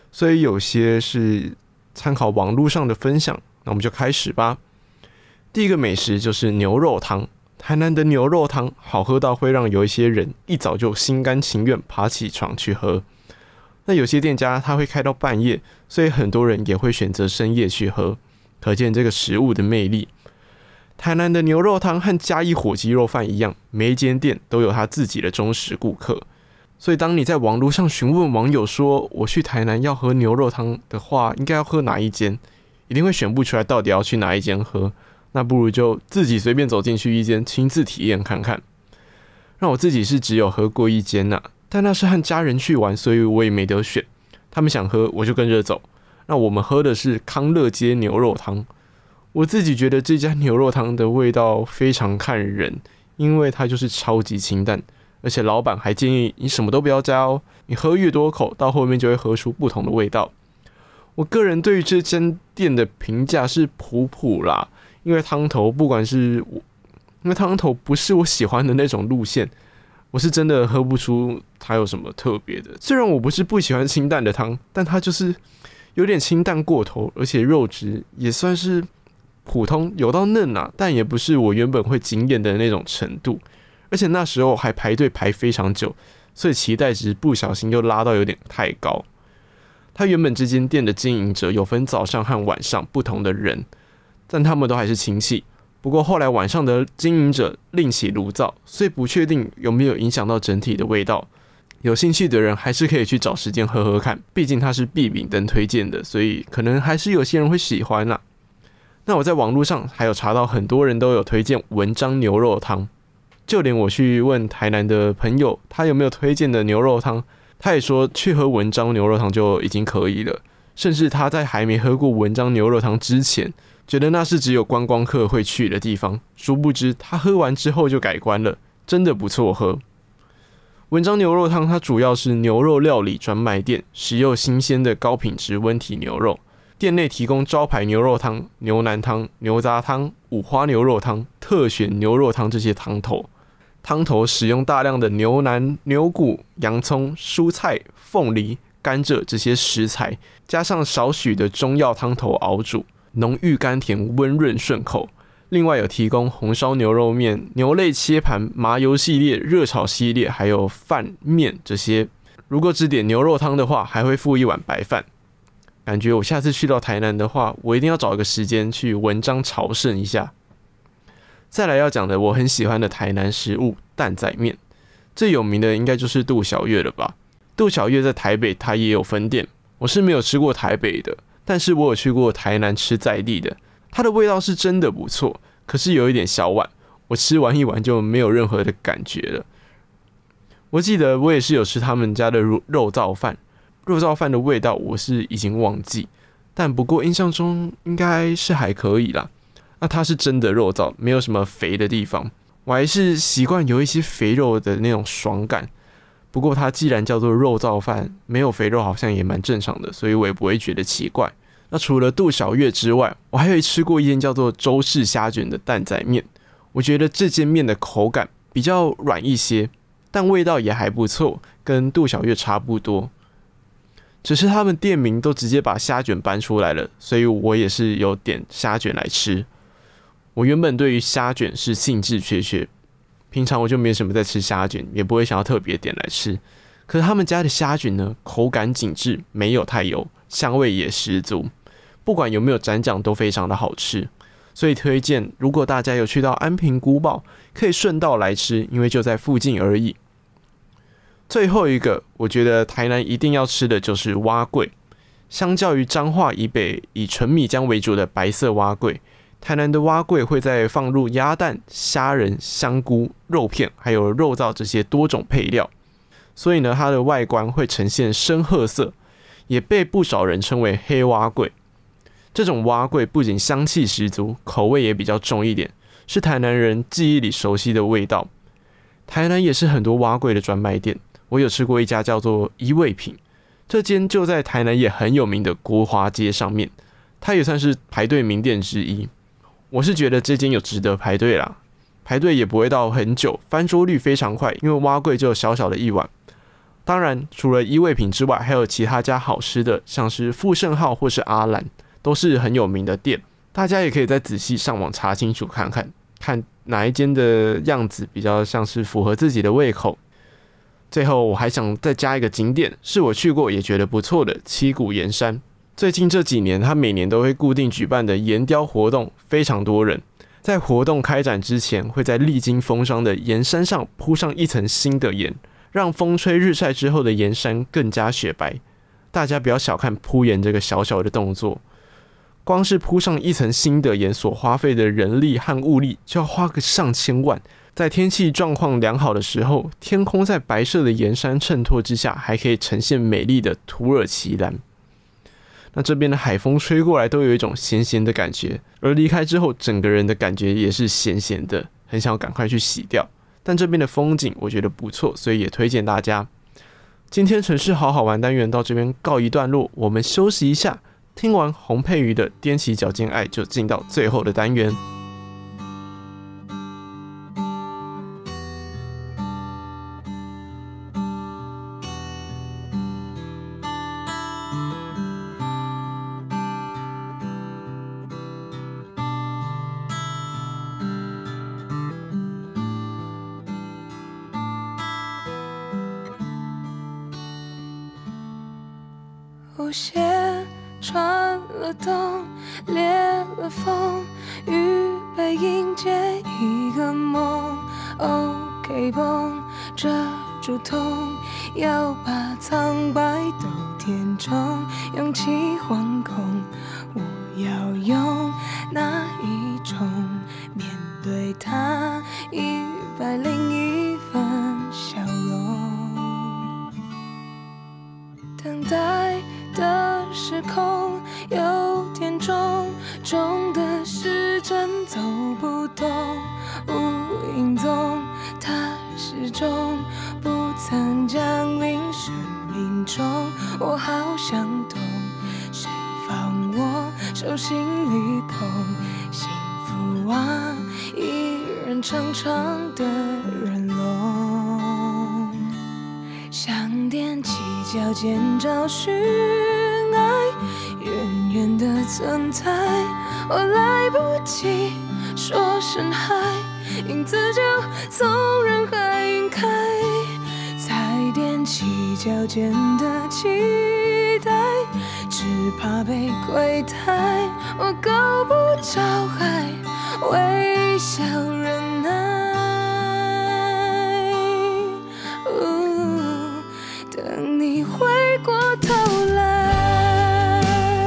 所以有些是参考网络上的分享。那我们就开始吧。第一个美食就是牛肉汤。台南的牛肉汤好喝到会让有一些人一早就心甘情愿爬起床去喝。那有些店家他会开到半夜，所以很多人也会选择深夜去喝，可见这个食物的魅力。台南的牛肉汤和嘉义火鸡肉饭一样，每一间店都有他自己的忠实顾客。所以当你在网络上询问网友说我去台南要喝牛肉汤的话，应该要喝哪一间，一定会选不出来到底要去哪一间喝。那不如就自己随便走进去一间，亲自体验看看。让我自己是只有喝过一间啊，但那是和家人去玩，所以我也没得选。他们想喝，我就跟着走。那我们喝的是康乐街牛肉汤。我自己觉得这家牛肉汤的味道非常看人，因为它就是超级清淡，而且老板还建议你什么都不要加哦，你喝越多口，到后面就会喝出不同的味道。我个人对于这间店的评价是普普啦，因为汤头不管是我，因为汤头不是我喜欢的那种路线，我是真的喝不出它有什么特别的。虽然我不是不喜欢清淡的汤，但它就是有点清淡过头，而且肉质也算是普通，有到嫩啊，但也不是我原本会惊艳的那种程度。而且那时候还排队排非常久，所以期待值不小心又拉到有点太高。他原本这间店的经营者有分早上和晚上不同的人，但他们都还是亲戚。不过后来晚上的经营者另起炉灶，所以不确定有没有影响到整体的味道。有兴趣的人还是可以去找时间喝喝看，毕竟它是必比登推荐的，所以可能还是有些人会喜欢啦。那我在网络上还有查到很多人都有推荐文章牛肉汤，就连我去问台南的朋友他有没有推荐的牛肉汤，他也说去喝文章牛肉汤就已经可以了。甚至他在还没喝过文章牛肉汤之前，觉得那是只有观光客会去的地方，殊不知他喝完之后就改观了，真的不错喝。文章牛肉汤它主要是牛肉料理专卖店，使用新鲜的高品质温体牛肉。店内提供招牌牛肉汤、牛腩汤、牛杂汤、五花牛肉汤、特选牛肉汤这些汤头。汤头使用大量的牛腩、牛骨、洋葱、蔬菜、凤梨、甘蔗这些食材，加上少许的中药汤头熬煮，浓郁甘甜，温润顺口。另外有提供红烧牛肉面、牛肋切盘、麻油系列、热炒系列，还有饭面这些。如果只点牛肉汤的话，还会附一碗白饭。感觉我下次去到台南的话，我一定要找一个时间去文章朝圣一下。再来要讲的我很喜欢的台南食物蛋仔面，最有名的应该就是杜小月了吧。杜小月在台北它也有分店，我是没有吃过台北的，但是我有去过台南吃在地的，它的味道是真的不错，可是有一点小碗，我吃完一碗就没有任何的感觉了。我记得我也是有吃他们家的肉燥饭，肉燥饭的味道我是已经忘记，但不过印象中应该是还可以啦。那它是真的肉燥，没有什么肥的地方，我还是习惯有一些肥肉的那种爽感。不过它既然叫做肉燥饭，没有肥肉好像也蛮正常的，所以我也不会觉得奇怪。那除了杜小月之外，我还有吃过一间叫做周氏虾卷的蛋仔面，我觉得这间面的口感比较软一些，但味道也还不错，跟杜小月差不多。只是他们店名都直接把虾卷搬出来了，所以我也是有点虾卷来吃。我原本对于虾卷是兴致缺缺，平常我就没什么在吃虾卷，也不会想要特别点来吃。可是他们家的虾卷呢，口感紧致，没有太油，香味也十足，不管有没有蘸酱都非常的好吃。所以推荐，如果大家有去到安平古堡，可以顺道来吃，因为就在附近而已。最后一个，我觉得台南一定要吃的就是碗粿。相较于彰化以北以纯米浆为主的白色碗粿，台南的碗粿会再放入鸭蛋、虾仁、香菇、肉片还有肉燥这些多种配料，所以呢，它的外观会呈现深褐色，也被不少人称为黑碗粿。这种碗粿不仅香气十足，口味也比较重一点，是台南人记忆里熟悉的味道。台南也是很多碗粿的专卖店，我有吃过一家叫做一味品，这间就在台南也很有名的国华街上面，它也算是排队名店之一。我是觉得这间有值得排队啦，排队也不会到很久，翻桌率非常快，因为碗粿就小小的一碗， 当然，除了伊味品之外，还有其他家好吃的，像是富盛号或是阿兰，都是很有名的店。大家也可以再仔细上网查清楚看看，看哪一间的样子比较像是符合自己的胃口。最后，我还想再加一个景点，是我去过也觉得不错的七股盐山。最近这几年，它每年都会固定举办的盐雕活动，非常多人。在活动开展之前，会在历经风霜的盐山上铺上一层新的盐，让风吹日晒之后的盐山更加雪白。大家不要小看铺盐这个小小的动作，光是铺上一层新的盐所花费的人力和物力，就要花个上千万。在天气状况良好的时候，天空在白色的盐山衬托之下，还可以呈现美丽的土耳其蓝。那这边的海风吹过来都有一种咸咸的感觉，而离开之后整个人的感觉也是咸咸的，很想赶快去洗掉。但这边的风景我觉得不错，所以也推荐大家。今天城市好好玩单元到这边告一段落，我们休息一下，听完洪佩瑜的踮起脚尖爱，就进到最后的单元。 舞鞋穿了洞，裂了缝，预备迎接一个梦。OK 绷遮住痛，要把苍白都填充，勇气惶恐，我要用哪一种面对它？一百零一分笑容，等待的时空有点重，重的时针走不动，无影踪，它始终不曾降临生命中。我好想懂，谁放我手心里捧？幸福啊，一人长长的人龙，想踮起脚尖找寻爱，远远的存在，我来不及说声嗨，影子就从人海晕开，才踮起脚尖的期待，只怕被亏待，我够不着海，微笑忍耐。等你回过头来，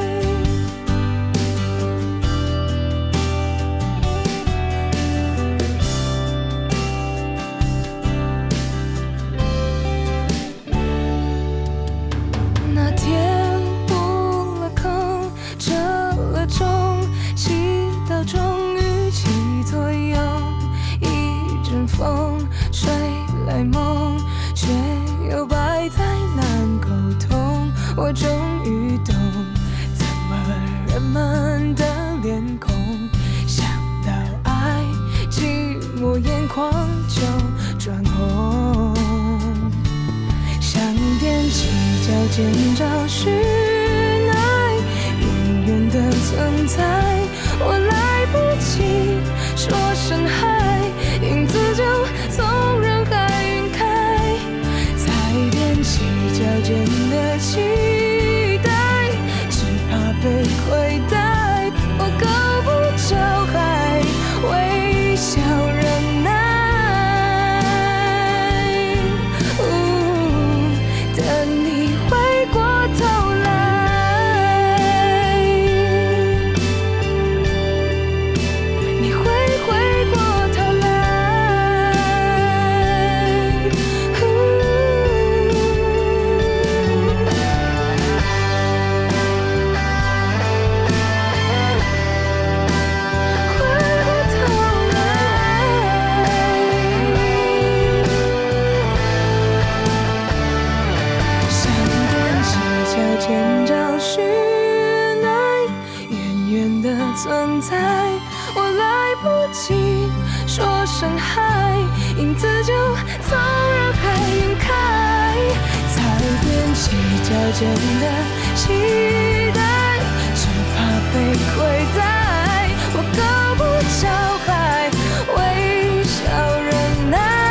那天扑了空，折了中，祈祷终于起作用，一阵风吹来梦，却又摆在难沟通。我终于懂，怎么人们的脸孔，想到爱，寂寞眼眶就转红。想踮起脚尖找寻爱，远远的存在，我来不及说声嗨，影子就从人海晕开，才踮起脚尖的期待，只怕被亏待，我够不着海，微笑忍耐。等你回过头来，你会回过头来，回过头来，想踮起脚尖找寻爱，远远的存在，我来不及说声嗨，影子就从人海晕开，才是较真的期待，只怕被亏待，我够不着海，微笑忍耐。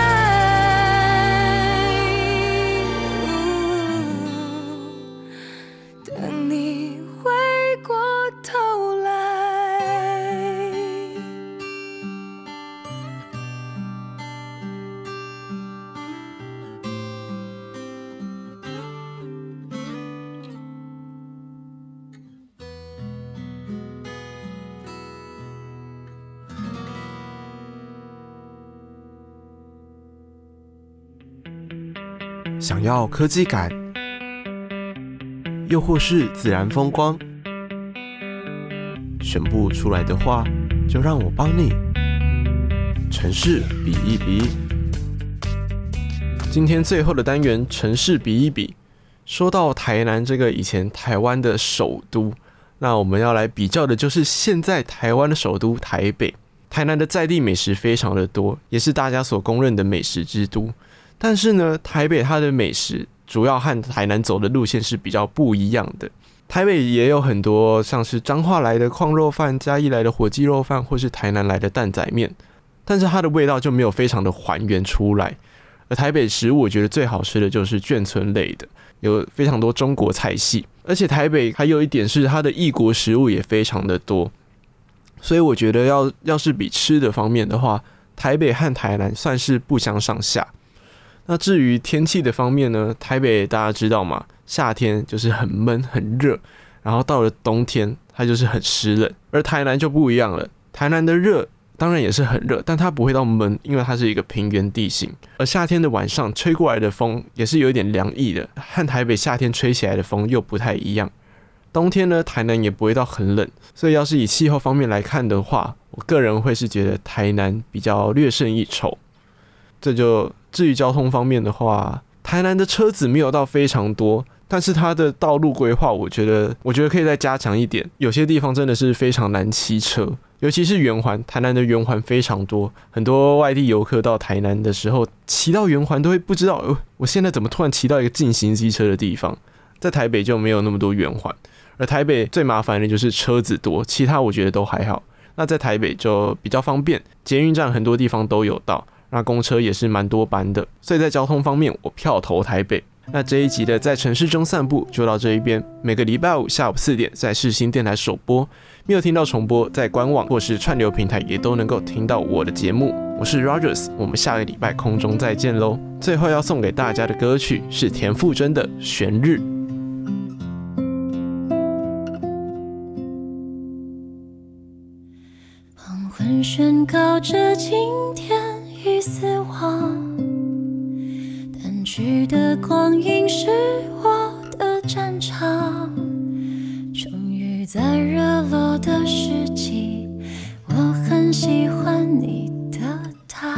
等你回过头来， 想要科技感，又或是自然风光，选不出来的话，就让我帮你城市比一比。今天最后的单元城市比一比，说到台南这个以前台湾的首都，那我们要来比较的就是现在台湾的首都台北。台南的在地美食非常的多，也是大家所公认的美食之都。但是呢，台北它的美食主要和台南走的路线是比较不一样的。台北也有很多像是彰化来的矿肉饭、嘉义来的火鸡肉饭，或是台南来的担仔面，但是它的味道就没有非常的还原出来。而台北食物我觉得最好吃的就是眷村类的，有非常多中国菜系，而且台北还有一点是它的异国食物也非常的多，所以我觉得要要是比吃的方面的话，台北和台南算是不相上下。那至于天气的方面呢，台北大家知道嘛，夏天就是很闷很热，然后到了冬天它就是很湿冷，而台南就不一样了，台南的热当然也是很热，但它不会到闷，因为它是一个平原地形，而夏天的晚上吹过来的风也是有一点凉意的，和台北夏天吹起来的风又不太一样。冬天呢，台南也不会到很冷，所以要是以气候方面来看的话，我个人会是觉得台南比较略胜一筹。这就至于交通方面的话，台南的车子没有到非常多，但是它的道路规划，我觉得我觉得可以再加强一点。有些地方真的是非常难骑车，尤其是圆环，台南的圆环非常多，很多外地游客到台南的时候，骑到圆环都会不知道，呃，我现在怎么突然骑到一个禁行机车的地方。在台北就没有那么多圆环，而台北最麻烦的就是车子多，其他我觉得都还好。那在台北就比较方便，捷运站很多地方都有到。那公车也是蛮多班的，所以在交通方面我票投台北。那这一集的在城市中散步就到这一边，每个礼拜五下午四点在世新电台首播，没有听到重播，在官网或是串流平台也都能够听到我的节目。我是 Rogers， 我们下个礼拜空中再见咯。最后要送给大家的歌曲是田馥甄的《悬日》。 黄昏宣告着今天已死亡，淡去的光阴是我的战场，终于在热络的世纪，我很喜欢你的他，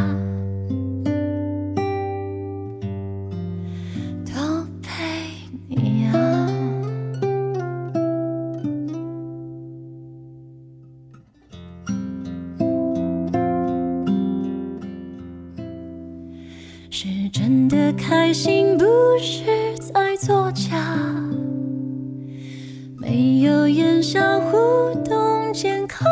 都陪你啊。是真的开心，不是在作假，没有言笑互动健康，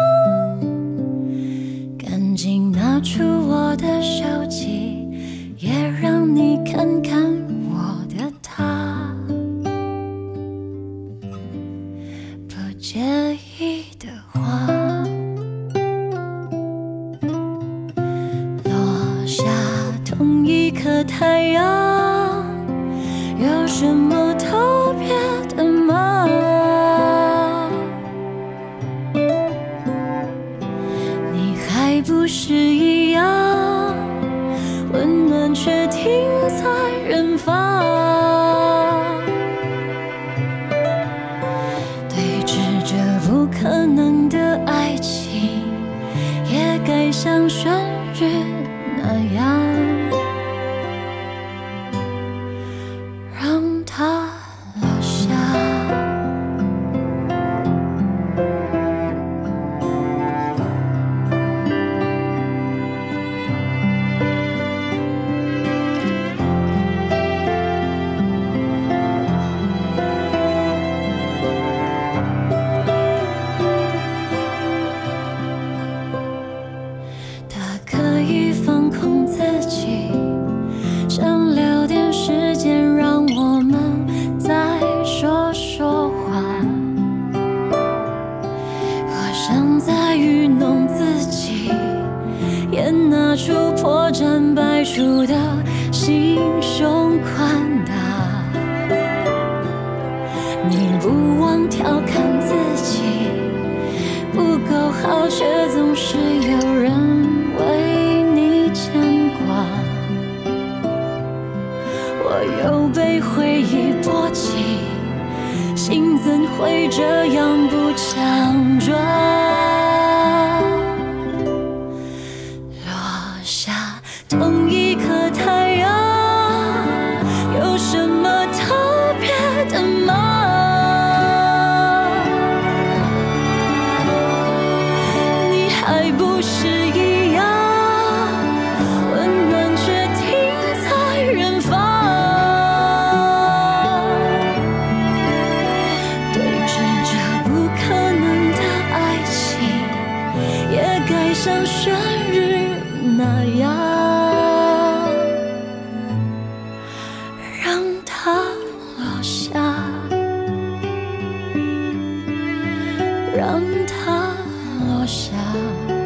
赶紧拿出我的手机，也让你看看我的他，不介意的话，落下同一颗太阳，有什么特别的吗？你还不是一样，温暖却停在远方，对峙着不可能的爱情，也该像旋律那样，让它落下。 拿出破绽百出的心胸宽大。你不忘调侃自己不够好，却总是有人为你牵挂。我又被回忆波及，心怎会这样不强壮？落下同一颗太阳，有什么特别的吗？你还不是一样，温暖却停在远方。像旋日那样，让它落下，让它落下。